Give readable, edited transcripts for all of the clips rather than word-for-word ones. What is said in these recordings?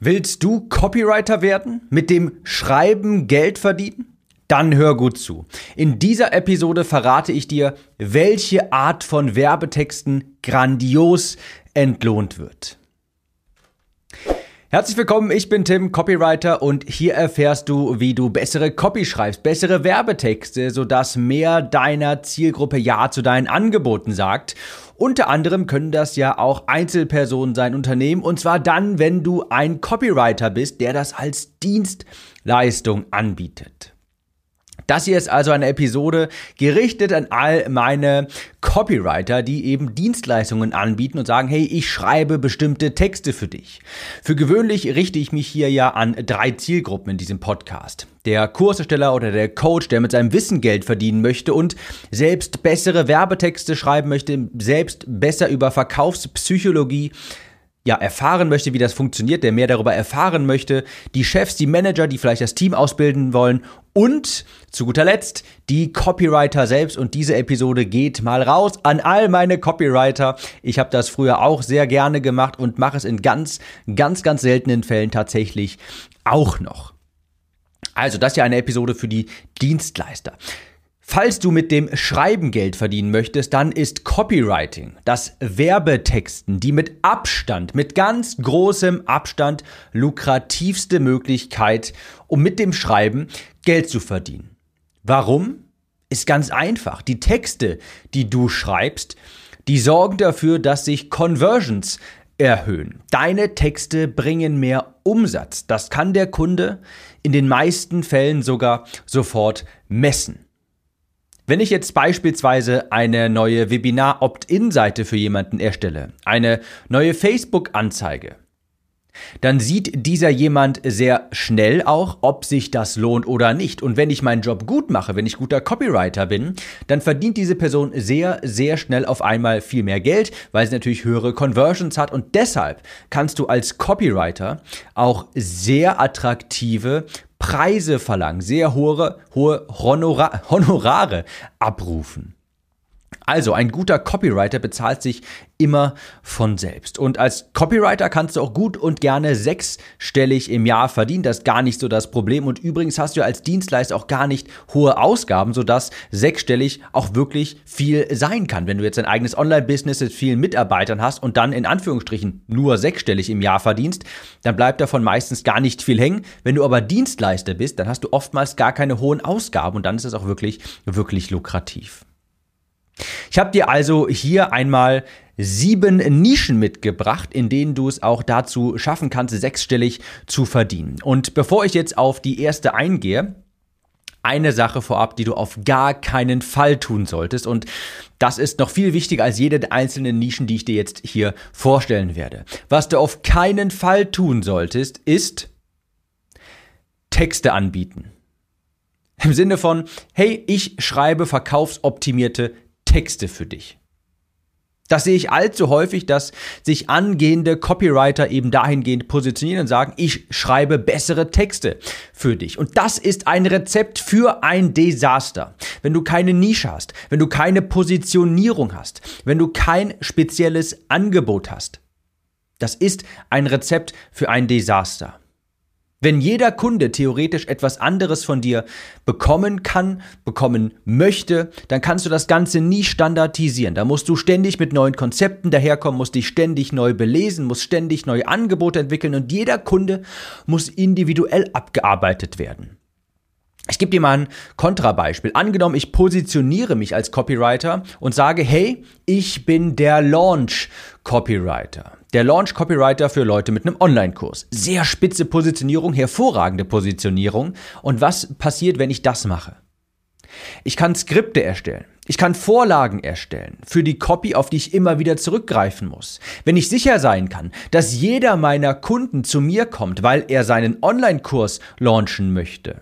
Willst du Copywriter werden? Mit dem Schreiben Geld verdienen? Dann hör gut zu. In dieser Episode verrate ich dir, welche Art von Werbetexten grandios entlohnt wird. Herzlich willkommen, ich bin Tim, Copywriter, und hier erfährst du, wie du bessere Copy schreibst, bessere Werbetexte, sodass mehr deiner Zielgruppe Ja zu deinen Angeboten sagt. Unter anderem können das ja auch Einzelpersonen sein, Unternehmen, und zwar dann, wenn du ein Copywriter bist, der das als Dienstleistung anbietet. Das hier ist also eine Episode gerichtet an all meine Copywriter, die eben Dienstleistungen anbieten und sagen, hey, ich schreibe bestimmte Texte für dich. Für gewöhnlich richte ich mich hier ja an 3 Zielgruppen in diesem Podcast. Der Kursersteller oder der Coach, der mit seinem Wissen Geld verdienen möchte und selbst bessere Werbetexte schreiben möchte, selbst besser über Verkaufspsychologie erfahren möchte, wie das funktioniert, der mehr darüber erfahren möchte, die Chefs, die Manager, die vielleicht das Team ausbilden wollen, und zu guter Letzt die Copywriter selbst. Und diese Episode geht mal raus an all meine Copywriter. Ich habe das früher auch sehr gerne gemacht und mache es in ganz seltenen Fällen tatsächlich auch noch. Also das ist ja eine Episode für die Dienstleister. Falls du mit dem Schreiben Geld verdienen möchtest, dann ist Copywriting, das Werbetexten, die mit Abstand, mit ganz großem Abstand lukrativste Möglichkeit, um mit dem Schreiben Geld zu verdienen. Warum? Ist ganz einfach. Die Texte, die du schreibst, die sorgen dafür, dass sich Conversions erhöhen. Deine Texte bringen mehr Umsatz. Das kann der Kunde in den meisten Fällen sogar sofort messen. Wenn ich jetzt beispielsweise eine neue Webinar-Opt-in-Seite für jemanden erstelle, eine neue Facebook-Anzeige, dann sieht dieser jemand sehr schnell auch, ob sich das lohnt oder nicht. Und wenn ich meinen Job gut mache, wenn ich guter Copywriter bin, dann verdient diese Person sehr schnell auf einmal viel mehr Geld, weil sie natürlich höhere Conversions hat. Und deshalb kannst du als Copywriter auch sehr attraktive Preise verlangen, sehr hohe Honorare abrufen. Also ein guter Copywriter bezahlt sich immer von selbst. Und als Copywriter kannst du auch gut und gerne 6-stellig im Jahr verdienen. Das ist gar nicht so das Problem. Und übrigens hast du als Dienstleister auch gar nicht hohe Ausgaben, sodass 6-stellig auch wirklich viel sein kann. Wenn du jetzt ein eigenes Online-Business mit vielen Mitarbeitern hast und dann in Anführungsstrichen nur 6-stellig im Jahr verdienst, dann bleibt davon meistens gar nicht viel hängen. Wenn du aber Dienstleister bist, dann hast du oftmals gar keine hohen Ausgaben und dann ist es auch wirklich lukrativ. Ich habe dir also hier einmal 7 Nischen mitgebracht, in denen du es auch dazu schaffen kannst, 6-stellig zu verdienen. Und bevor ich jetzt auf die erste eingehe, eine Sache vorab, die du auf gar keinen Fall tun solltest. Und das ist noch viel wichtiger als jede der einzelnen Nischen, die ich dir jetzt hier vorstellen werde. Was du auf keinen Fall tun solltest, ist Texte anbieten. Im Sinne von, hey, ich schreibe verkaufsoptimierte Texte für dich. Das sehe ich allzu häufig, dass sich angehende Copywriter eben dahingehend positionieren und sagen, ich schreibe bessere Texte für dich. Und das ist ein Rezept für ein Desaster. Wenn du keine Nische hast, wenn du keine Positionierung hast, wenn du kein spezielles Angebot hast. Das ist ein Rezept für ein Desaster. Wenn jeder Kunde theoretisch etwas anderes von dir bekommen kann, bekommen möchte, dann kannst du das Ganze nie standardisieren. Da musst du ständig mit neuen Konzepten daherkommen, musst dich ständig neu belesen, musst ständig neue Angebote entwickeln und jeder Kunde muss individuell abgearbeitet werden. Ich gebe dir mal ein Kontrabeispiel. Angenommen, ich positioniere mich als Copywriter und sage, hey, ich bin der Launch-Copywriter. Der Launch-Copywriter für Leute mit einem Online-Kurs. Sehr spitze Positionierung, hervorragende Positionierung. Und was passiert, wenn ich das mache? Ich kann Skripte erstellen. Ich kann Vorlagen erstellen für die Copy, auf die ich immer wieder zurückgreifen muss. Wenn ich sicher sein kann, dass jeder meiner Kunden zu mir kommt, weil er seinen Online-Kurs launchen möchte,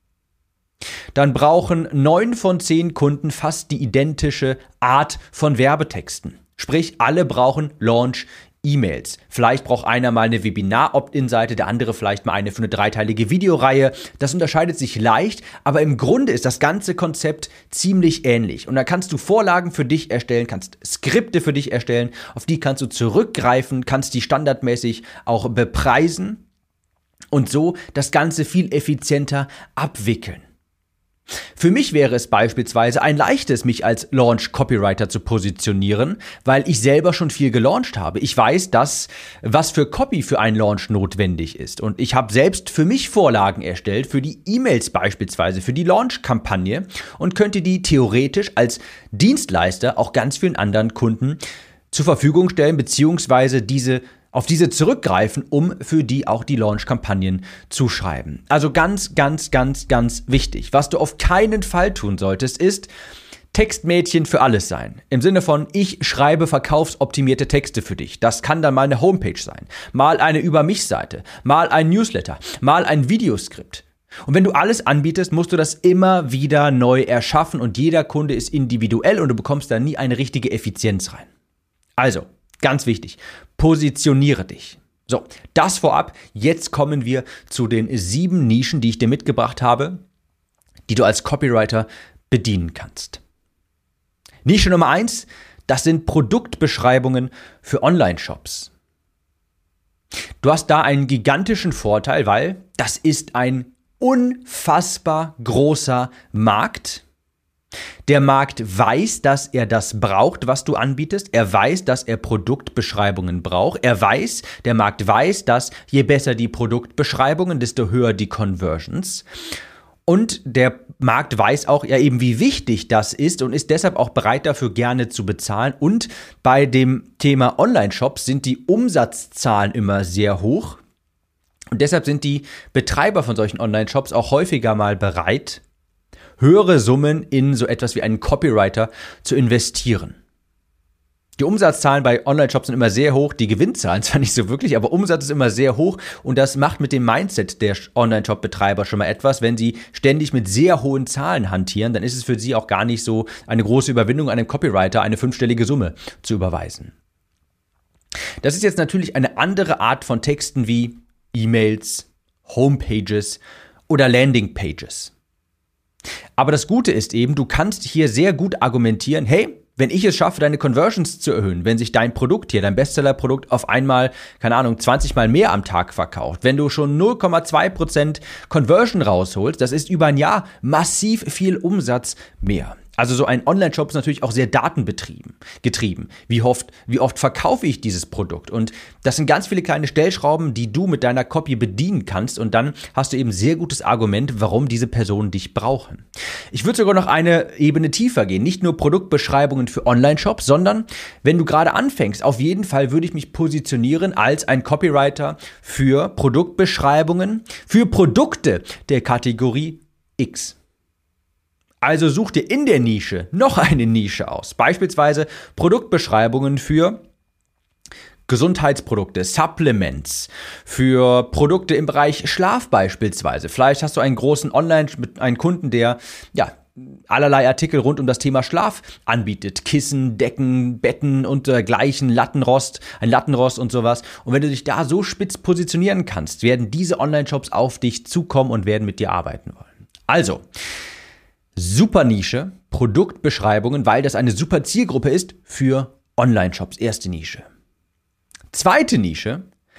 dann brauchen 9 von 10 Kunden fast die identische Art von Werbetexten. Sprich, alle brauchen Launch-E-Mails. Vielleicht braucht einer mal eine Webinar-Opt-in-Seite, der andere vielleicht mal eine für eine 3-teilige Videoreihe. Das unterscheidet sich leicht, aber im Grunde ist das ganze Konzept ziemlich ähnlich. Und da kannst du Vorlagen für dich erstellen, kannst Skripte für dich erstellen, auf die kannst du zurückgreifen, kannst die standardmäßig auch bepreisen. und so das Ganze viel effizienter abwickeln. Für mich wäre es beispielsweise ein leichtes, mich als Launch-Copywriter zu positionieren, weil ich selber schon viel gelauncht habe. Ich weiß, was für Copy für einen Launch notwendig ist. Und ich habe selbst für mich Vorlagen erstellt, für die E-Mails beispielsweise, für die Launch-Kampagne und könnte die theoretisch als Dienstleister auch ganz vielen anderen Kunden zur Verfügung stellen, beziehungsweise auf diese zurückgreifen, um für die auch die Launch-Kampagnen zu schreiben. Also ganz, ganz, ganz, ganz wichtig. Was du auf keinen Fall tun solltest, ist Textmädchen für alles sein. Im Sinne von, ich schreibe verkaufsoptimierte Texte für dich. Das kann dann mal eine Homepage sein, mal eine Über-mich-Seite, mal ein Newsletter, mal ein Videoskript. Und wenn du alles anbietest, musst du das immer wieder neu erschaffen und jeder Kunde ist individuell und du bekommst da nie eine richtige Effizienz rein. Also, ganz wichtig, positioniere dich. So, das vorab. Jetzt kommen wir zu den 7 Nischen, die ich dir mitgebracht habe, die du als Copywriter bedienen kannst. Nische Nummer 1, das sind Produktbeschreibungen für Online-Shops. Du hast da einen gigantischen Vorteil, weil das ist ein unfassbar großer Markt. Der Markt weiß, dass er das braucht, was du anbietest. Er weiß, dass er Produktbeschreibungen braucht. Der Markt weiß, dass je besser die Produktbeschreibungen, desto höher die Conversions. Und der Markt weiß auch ja eben, wie wichtig das ist und ist deshalb auch bereit dafür gerne zu bezahlen. Und bei dem Thema Online-Shops sind die Umsatzzahlen immer sehr hoch. Und deshalb sind die Betreiber von solchen Online-Shops auch häufiger mal bereit, höhere Summen in so etwas wie einen Copywriter zu investieren. Die Umsatzzahlen bei Online-Shops sind immer sehr hoch, die Gewinnzahlen zwar nicht so wirklich, aber Umsatz ist immer sehr hoch und das macht mit dem Mindset der Online-Shop-Betreiber schon mal etwas. Wenn sie ständig mit sehr hohen Zahlen hantieren, dann ist es für sie auch gar nicht so eine große Überwindung, einem Copywriter eine 5-stellige Summe zu überweisen. Das ist jetzt natürlich eine andere Art von Texten wie E-Mails, Homepages oder Landingpages. Aber das Gute ist eben, du kannst hier sehr gut argumentieren, hey, wenn ich es schaffe, deine Conversions zu erhöhen, wenn sich dein Produkt hier, dein Bestseller-Produkt auf einmal, 20 Mal mehr am Tag verkauft, wenn du schon 0,2% Conversion rausholst, das ist über ein Jahr massiv viel Umsatz mehr. Also so ein Online-Shop ist natürlich auch sehr getrieben. Wie oft verkaufe ich dieses Produkt? Und das sind ganz viele kleine Stellschrauben, die du mit deiner Copy bedienen kannst. Und dann hast du eben sehr gutes Argument, warum diese Personen dich brauchen. Ich würde sogar noch eine Ebene tiefer gehen. Nicht nur Produktbeschreibungen für Online-Shops, sondern wenn du gerade anfängst, auf jeden Fall würde ich mich positionieren als ein Copywriter für Produktbeschreibungen, für Produkte der Kategorie X. Also such dir in der Nische noch eine Nische aus. Beispielsweise Produktbeschreibungen für Gesundheitsprodukte, Supplements, für Produkte im Bereich Schlaf beispielsweise. Vielleicht hast du einen großen einen Kunden, der allerlei Artikel rund um das Thema Schlaf anbietet. Kissen, Decken, Betten und dergleichen, ein Lattenrost und sowas. Und wenn du dich da so spitz positionieren kannst, werden diese Online-Shops auf dich zukommen und werden mit dir arbeiten wollen. Also, super Nische, Produktbeschreibungen, weil das eine super Zielgruppe ist für Online-Shops. Erste Nische. Zweite Nische,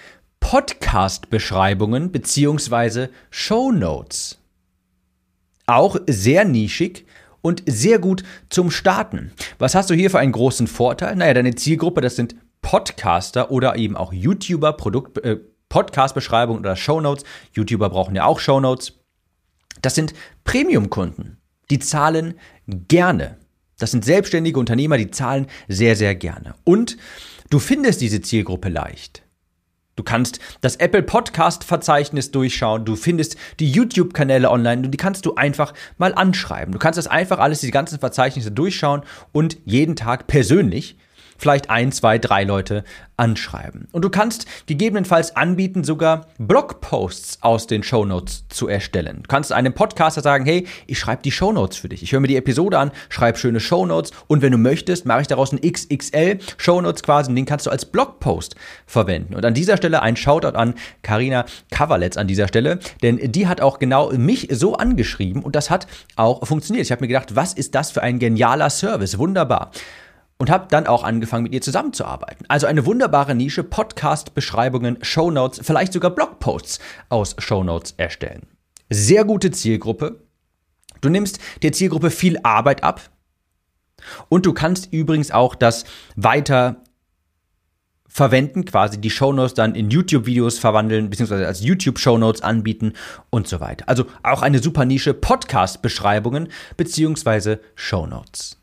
Podcast-Beschreibungen bzw. Shownotes. Auch sehr nischig und sehr gut zum Starten. Was hast du hier für einen großen Vorteil? Deine Zielgruppe, das sind Podcaster oder eben auch YouTuber, Podcast-Beschreibungen oder Shownotes. YouTuber brauchen ja auch Shownotes. Das sind Premium-Kunden. Die zahlen gerne. Das sind selbstständige Unternehmer, die zahlen sehr, sehr gerne. Und du findest diese Zielgruppe leicht. Du kannst das Apple Podcast Verzeichnis durchschauen, du findest die YouTube-Kanäle online und die kannst du einfach mal anschreiben. Du kannst das einfach alles, die ganzen Verzeichnisse durchschauen und jeden Tag persönlich vielleicht 1, 2, 3 Leute anschreiben. Und du kannst gegebenenfalls anbieten, sogar Blogposts aus den Shownotes zu erstellen. Du kannst einem Podcaster sagen, hey, ich schreibe die Shownotes für dich. Ich höre mir die Episode an, schreibe schöne Shownotes und wenn du möchtest, mache ich daraus ein XXL Shownotes quasi und den kannst du als Blogpost verwenden. Und an dieser Stelle ein Shoutout an Carina Kavaletz an dieser Stelle, denn die hat auch genau mich so angeschrieben und das hat auch funktioniert. Ich habe mir gedacht, was ist das für ein genialer Service? Wunderbar. und habe dann auch angefangen, mit ihr zusammenzuarbeiten. Also eine wunderbare Nische, Podcast-Beschreibungen, Shownotes, vielleicht sogar Blogposts aus Shownotes erstellen. Sehr gute Zielgruppe. Du nimmst der Zielgruppe viel Arbeit ab und du kannst übrigens auch das weiter verwenden, quasi die Shownotes dann in YouTube-Videos verwandeln, beziehungsweise als YouTube-Shownotes anbieten und so weiter. Also auch eine super Nische, Podcast-Beschreibungen beziehungsweise Shownotes.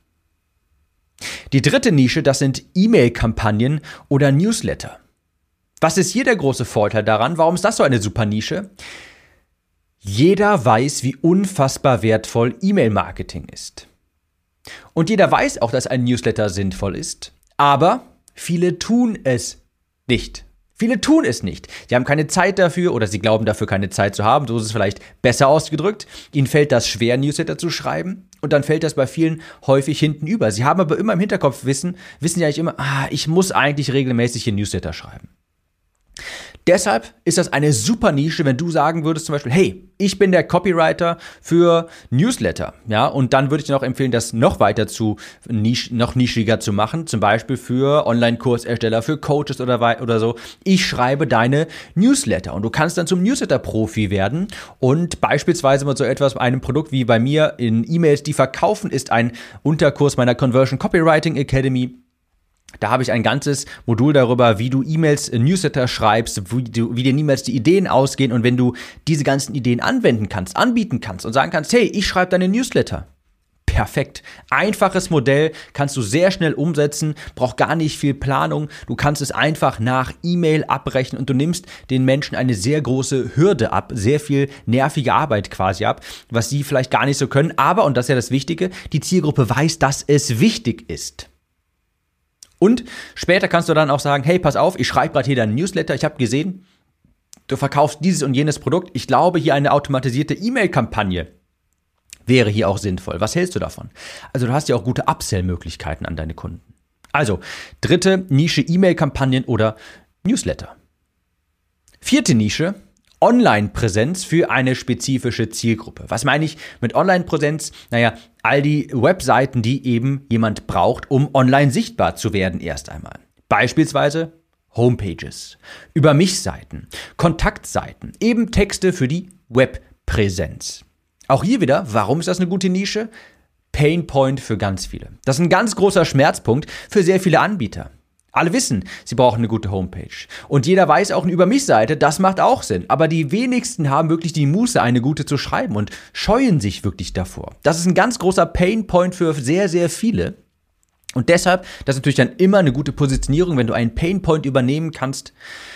Die dritte Nische, das sind E-Mail-Kampagnen oder Newsletter. Was ist hier der große Vorteil daran? Warum ist das so eine super Nische? Jeder weiß, wie unfassbar wertvoll E-Mail-Marketing ist. Und jeder weiß auch, dass ein Newsletter sinnvoll ist, aber viele tun es nicht. Viele tun es nicht. Sie haben keine Zeit dafür oder sie glauben dafür keine Zeit zu haben. So ist es vielleicht besser ausgedrückt. Ihnen fällt das schwer, Newsletter zu schreiben. Und dann fällt das bei vielen häufig hinten über. Sie haben aber immer im Hinterkopf wissen ja eigentlich immer, ich muss eigentlich regelmäßig hier Newsletter schreiben. Deshalb ist das eine super Nische, wenn du sagen würdest zum Beispiel, hey, ich bin der Copywriter für Newsletter, ja, und dann würde ich dir noch empfehlen, das noch weiter noch nischiger zu machen, zum Beispiel für Online-Kursersteller, für Coaches oder so. Ich schreibe deine Newsletter und du kannst dann zum Newsletter-Profi werden und beispielsweise mit so etwas, einem Produkt wie bei mir in E-Mails, die verkaufen, ist ein Unterkurs meiner Conversion Copywriting Academy. Da habe ich ein ganzes Modul darüber, wie du E-Mails, Newsletter schreibst, wie dir niemals die Ideen ausgehen und wenn du diese ganzen Ideen anwenden kannst, anbieten kannst und sagen kannst, hey, ich schreibe deine Newsletter. Perfekt. Einfaches Modell, kannst du sehr schnell umsetzen, braucht gar nicht viel Planung. Du kannst es einfach nach E-Mail abrechnen und du nimmst den Menschen eine sehr große Hürde ab, sehr viel nervige Arbeit quasi ab, was sie vielleicht gar nicht so können. Aber, und das ist ja das Wichtige, die Zielgruppe weiß, dass es wichtig ist. Und später kannst du dann auch sagen, hey, pass auf, ich schreibe gerade hier deinen Newsletter, ich habe gesehen, du verkaufst dieses und jenes Produkt. Ich glaube, hier eine automatisierte E-Mail-Kampagne wäre hier auch sinnvoll. Was hältst du davon? Also du hast ja auch gute Upsell-Möglichkeiten an deine Kunden. Also, dritte Nische, E-Mail-Kampagnen oder Newsletter. Vierte Nische, Online-Präsenz für eine spezifische Zielgruppe. Was meine ich mit Online-Präsenz? Naja, all die Webseiten, die eben jemand braucht, um online sichtbar zu werden erst einmal. Beispielsweise Homepages, Über-mich-Seiten, Kontaktseiten, eben Texte für die Webpräsenz. Auch hier wieder, warum ist das eine gute Nische? Painpoint für ganz viele. Das ist ein ganz großer Schmerzpunkt für sehr viele Anbieter. Alle wissen, sie brauchen eine gute Homepage. Und jeder weiß auch eine Über-mich-Seite, das macht auch Sinn. Aber die wenigsten haben wirklich die Muße, eine gute zu schreiben und scheuen sich wirklich davor. Das ist ein ganz großer Painpoint für sehr, sehr viele. Und deshalb, das ist natürlich dann immer eine gute Positionierung, wenn du einen Painpoint übernehmen kannst,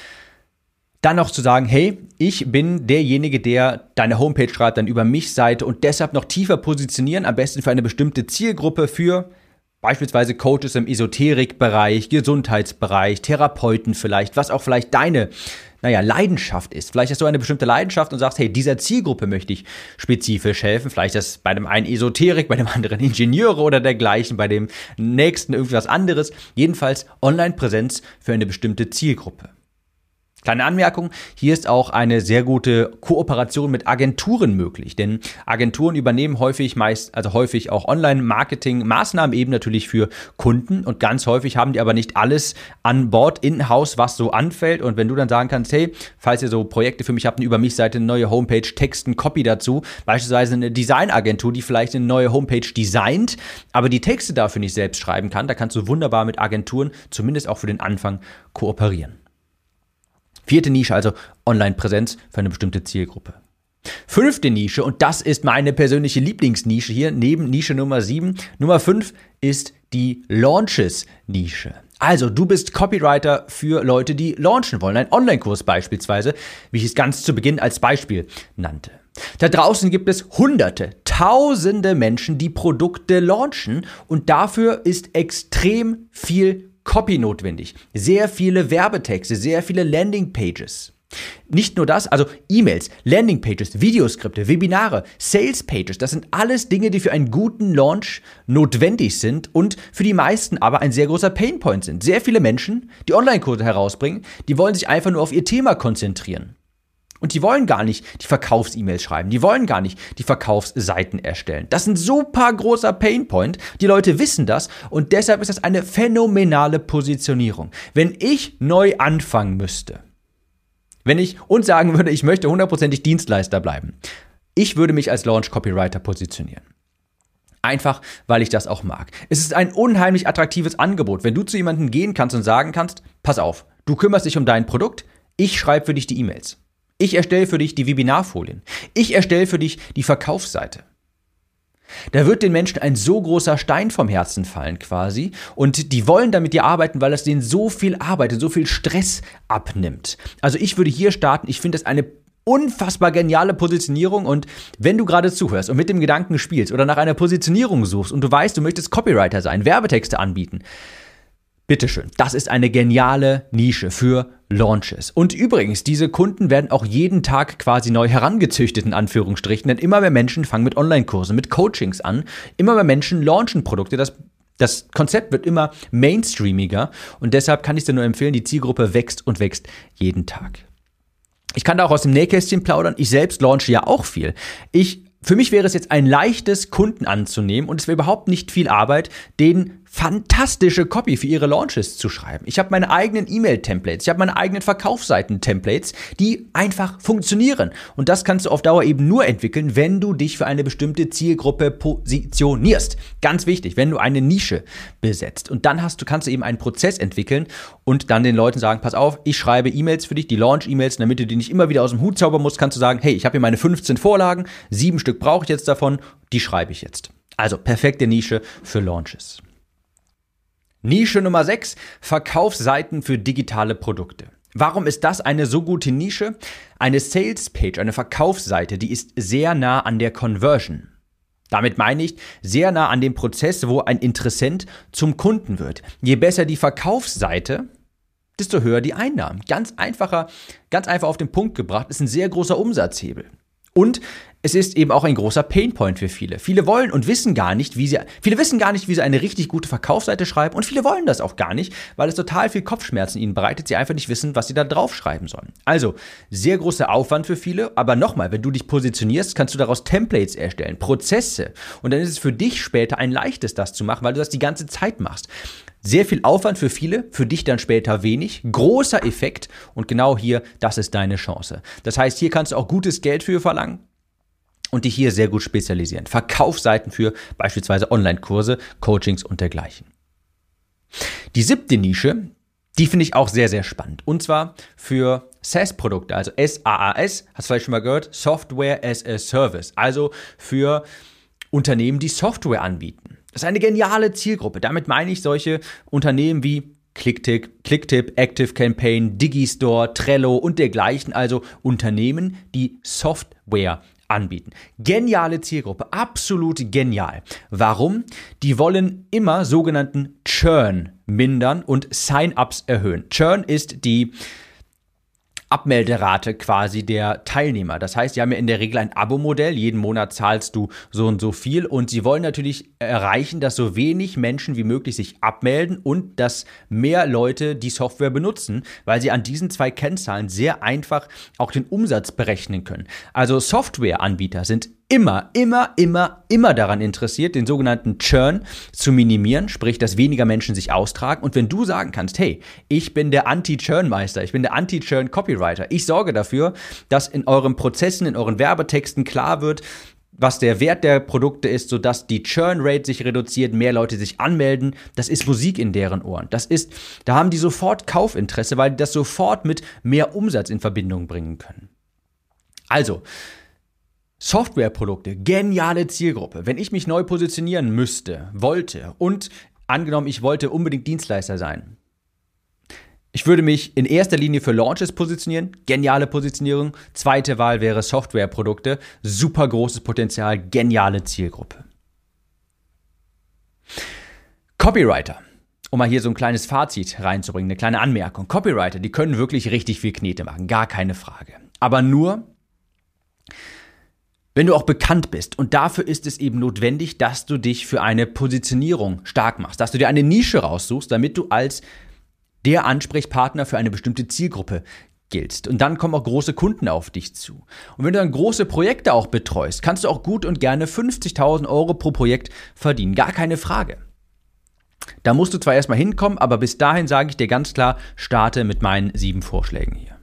dann noch zu sagen, hey, ich bin derjenige, der deine Homepage schreibt, deine Über-mich-Seite und deshalb noch tiefer positionieren, am besten für eine bestimmte Zielgruppe, für beispielsweise Coaches im Esoterikbereich, Gesundheitsbereich, Therapeuten vielleicht, was auch vielleicht deine Leidenschaft ist. Vielleicht hast du eine bestimmte Leidenschaft und sagst, hey, dieser Zielgruppe möchte ich spezifisch helfen. Vielleicht ist das bei dem einen Esoterik, bei dem anderen Ingenieure oder dergleichen, bei dem nächsten irgendwas anderes. Jedenfalls Online-Präsenz für eine bestimmte Zielgruppe. Kleine Anmerkung, hier ist auch eine sehr gute Kooperation mit Agenturen möglich, denn Agenturen übernehmen häufig auch Online-Marketing-Maßnahmen eben natürlich für Kunden und ganz häufig haben die aber nicht alles an Bord, in-house, was so anfällt und wenn du dann sagen kannst, hey, falls ihr so Projekte für mich habt, eine Über-mich-Seite, eine neue Homepage, Texten, Copy dazu, beispielsweise eine Designagentur, die vielleicht eine neue Homepage designt, aber die Texte dafür nicht selbst schreiben kann, da kannst du wunderbar mit Agenturen, zumindest auch für den Anfang, kooperieren. Vierte Nische, also Online-Präsenz für eine bestimmte Zielgruppe. Fünfte Nische, und das ist meine persönliche Lieblingsnische hier, neben Nische Nummer 7. Nummer 5 ist die Launches-Nische. Also, du bist Copywriter für Leute, die launchen wollen. Ein Online-Kurs beispielsweise, wie ich es ganz zu Beginn als Beispiel nannte. Da draußen gibt es Hunderte, Tausende Menschen, die Produkte launchen und dafür ist extrem viel Copy notwendig, sehr viele Werbetexte, sehr viele Landingpages. Nicht nur das, also E-Mails, Landingpages, Videoskripte, Webinare, Salespages, das sind alles Dinge, die für einen guten Launch notwendig sind und für die meisten aber ein sehr großer Painpoint sind. Sehr viele Menschen, die Online-Kurse herausbringen, die wollen sich einfach nur auf ihr Thema konzentrieren. Und die wollen gar nicht die Verkaufs-E-Mails schreiben. Die wollen gar nicht die Verkaufsseiten erstellen. Das ist ein super großer Painpoint. Die Leute wissen das und deshalb ist das eine phänomenale Positionierung. Wenn ich neu anfangen müsste, wenn ich uns sagen würde, ich möchte 100%ig Dienstleister bleiben, ich würde mich als Launch-Copywriter positionieren. Einfach, weil ich das auch mag. Es ist ein unheimlich attraktives Angebot, wenn du zu jemandem gehen kannst und sagen kannst, pass auf, du kümmerst dich um dein Produkt, ich schreibe für dich die E-Mails. Ich erstelle für dich die Webinarfolien. Ich erstelle für dich die Verkaufsseite. Da wird den Menschen ein so großer Stein vom Herzen fallen quasi und die wollen dann mit dir arbeiten, weil das denen so viel Arbeit und so viel Stress abnimmt. Also ich würde hier starten, ich finde das eine unfassbar geniale Positionierung und wenn du gerade zuhörst und mit dem Gedanken spielst oder nach einer Positionierung suchst und du weißt, du möchtest Copywriter sein, Werbetexte anbieten, bitteschön, das ist eine geniale Nische für Launches. Und übrigens, diese Kunden werden auch jeden Tag quasi neu herangezüchtet, in Anführungsstrichen, denn immer mehr Menschen fangen mit Online-Kursen, mit Coachings an, immer mehr Menschen launchen Produkte, das Konzept wird immer mainstreamiger und deshalb kann ich dir nur empfehlen, die Zielgruppe wächst und wächst jeden Tag. Ich kann da auch aus dem Nähkästchen plaudern, ich selbst launche ja auch viel. Für mich wäre es jetzt ein leichtes, Kunden anzunehmen und es wäre überhaupt nicht viel Arbeit, denen fantastische Copy für ihre Launches zu schreiben. Ich habe meine eigenen E-Mail-Templates, ich habe meine eigenen Verkaufsseiten-Templates, die einfach funktionieren. Und das kannst du auf Dauer eben nur entwickeln, wenn du dich für eine bestimmte Zielgruppe positionierst. Ganz wichtig, wenn du eine Nische besetzt. Und dann kannst du eben einen Prozess entwickeln und dann den Leuten sagen, pass auf, ich schreibe E-Mails für dich, die Launch-E-Mails, damit du die nicht immer wieder aus dem Hut zaubern musst, kannst du sagen, hey, ich habe hier meine 15 Vorlagen, 7 Stück brauche ich jetzt davon, die schreibe ich jetzt. Also perfekte Nische für Launches. Nische Nummer 6, Verkaufsseiten für digitale Produkte. Warum ist das eine so gute Nische? Eine Sales-Page, eine Verkaufsseite, die ist sehr nah an der Conversion. Damit meine ich sehr nah an dem Prozess, wo ein Interessent zum Kunden wird. Je besser die Verkaufsseite, desto höher die Einnahmen. Ganz einfach auf den Punkt gebracht, ist ein sehr großer Umsatzhebel. Und es ist eben auch ein großer Painpoint für viele. Viele wissen gar nicht, wie sie eine richtig gute Verkaufsseite schreiben und viele wollen das auch gar nicht, weil es total viel Kopfschmerzen ihnen bereitet, sie einfach nicht wissen, was sie da drauf schreiben sollen. Also, sehr großer Aufwand für viele, aber nochmal, wenn du dich positionierst, kannst du daraus Templates erstellen, Prozesse und dann ist es für dich später ein leichtes, das zu machen, weil du das die ganze Zeit machst. Sehr viel Aufwand für viele, für dich dann später wenig, großer Effekt und genau hier, das ist deine Chance. Das heißt, hier kannst du auch gutes Geld für verlangen und dich hier sehr gut spezialisieren. Verkaufsseiten für beispielsweise Online-Kurse, Coachings und dergleichen. Die 7. Nische, die finde ich auch sehr, sehr spannend und zwar für SaaS-Produkte, also SaaS, hast du vielleicht schon mal gehört, Software as a Service, also für Unternehmen, die Software anbieten. Das ist eine geniale Zielgruppe. Damit meine ich solche Unternehmen wie Clicktip, ActiveCampaign, Digistore, Trello und dergleichen, also Unternehmen, die Software anbieten. Geniale Zielgruppe, absolut genial. Warum? Die wollen immer sogenannten Churn mindern und Sign-ups erhöhen. Churn ist die Abmelderate quasi der Teilnehmer. Das heißt, die haben ja in der Regel ein Abo-Modell. Jeden Monat zahlst du so und so viel und sie wollen natürlich erreichen, dass so wenig Menschen wie möglich sich abmelden und dass mehr Leute die Software benutzen, weil sie an diesen 2 Kennzahlen sehr einfach auch den Umsatz berechnen können. Also Softwareanbieter sind immer daran interessiert, den sogenannten Churn zu minimieren, sprich, dass weniger Menschen sich austragen. Und wenn du sagen kannst, hey, ich bin der Anti-Churn-Meister, ich bin der Anti-Churn-Copywriter, ich sorge dafür, dass in euren Prozessen, in euren Werbetexten klar wird, was der Wert der Produkte ist, sodass die Churn-Rate sich reduziert, mehr Leute sich anmelden, das ist Musik in deren Ohren. Da haben die sofort Kaufinteresse, weil die das sofort mit mehr Umsatz in Verbindung bringen können. Also, Softwareprodukte, geniale Zielgruppe. Wenn ich mich neu positionieren wollte und angenommen, ich wollte unbedingt Dienstleister sein. Ich würde mich in erster Linie für Launches positionieren, geniale Positionierung. Zweite Wahl wäre Softwareprodukte, super großes Potenzial, geniale Zielgruppe. Copywriter. Um mal hier so ein kleines Fazit reinzubringen, eine kleine Anmerkung. Copywriter, die können wirklich richtig viel Knete machen, gar keine Frage. Aber nur, wenn du auch bekannt bist. Und dafür ist es eben notwendig, dass du dich für eine Positionierung stark machst, dass du dir eine Nische raussuchst, damit du als der Ansprechpartner für eine bestimmte Zielgruppe giltst. Und dann kommen auch große Kunden auf dich zu. Und wenn du dann große Projekte auch betreust, kannst du auch gut und gerne 50.000 Euro pro Projekt verdienen. Gar keine Frage. Da musst du zwar erstmal hinkommen, aber bis dahin sage ich dir ganz klar, starte mit meinen 7 Vorschlägen hier.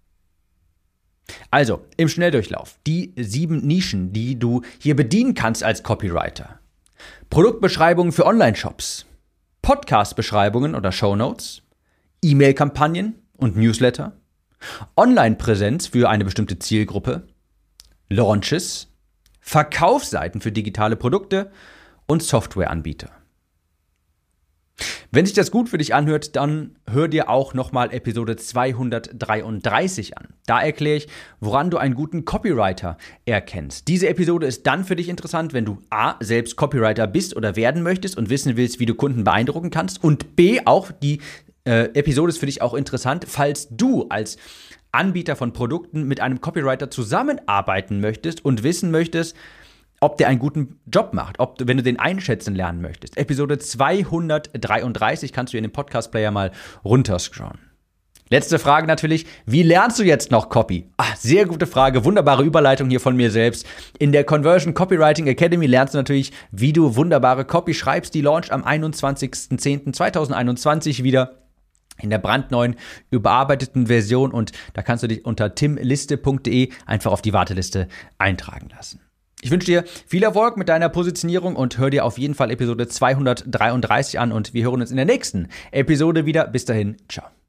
Also, im Schnelldurchlauf, die 7 Nischen, die du hier bedienen kannst als Copywriter. Produktbeschreibungen für Online-Shops, Podcast-Beschreibungen oder Shownotes, E-Mail-Kampagnen und Newsletter, Online-Präsenz für eine bestimmte Zielgruppe, Launches, Verkaufsseiten für digitale Produkte und Softwareanbieter. Wenn sich das gut für dich anhört, dann hör dir auch nochmal Episode 233 an. Da erkläre ich, woran du einen guten Copywriter erkennst. Diese Episode ist dann für dich interessant, wenn du A, selbst Copywriter bist oder werden möchtest und wissen willst, wie du Kunden beeindrucken kannst, und B, auch die Episode ist für dich auch interessant, falls du als Anbieter von Produkten mit einem Copywriter zusammenarbeiten möchtest und wissen möchtest, ob der einen guten Job macht, wenn du den einschätzen lernen möchtest. Episode 233 kannst du in den Podcast-Player mal runterscrollen. Letzte Frage natürlich, wie lernst du jetzt noch Copy? Sehr gute Frage, wunderbare Überleitung hier von mir selbst. In der Conversion Copywriting Academy lernst du natürlich, wie du wunderbare Copy schreibst. Die launcht am 21.10.2021 wieder in der brandneuen, überarbeiteten Version, und da kannst du dich unter timliste.de einfach auf die Warteliste eintragen lassen. Ich wünsche dir viel Erfolg mit deiner Positionierung und hör dir auf jeden Fall Episode 233 an, und wir hören uns in der nächsten Episode wieder. Bis dahin, ciao.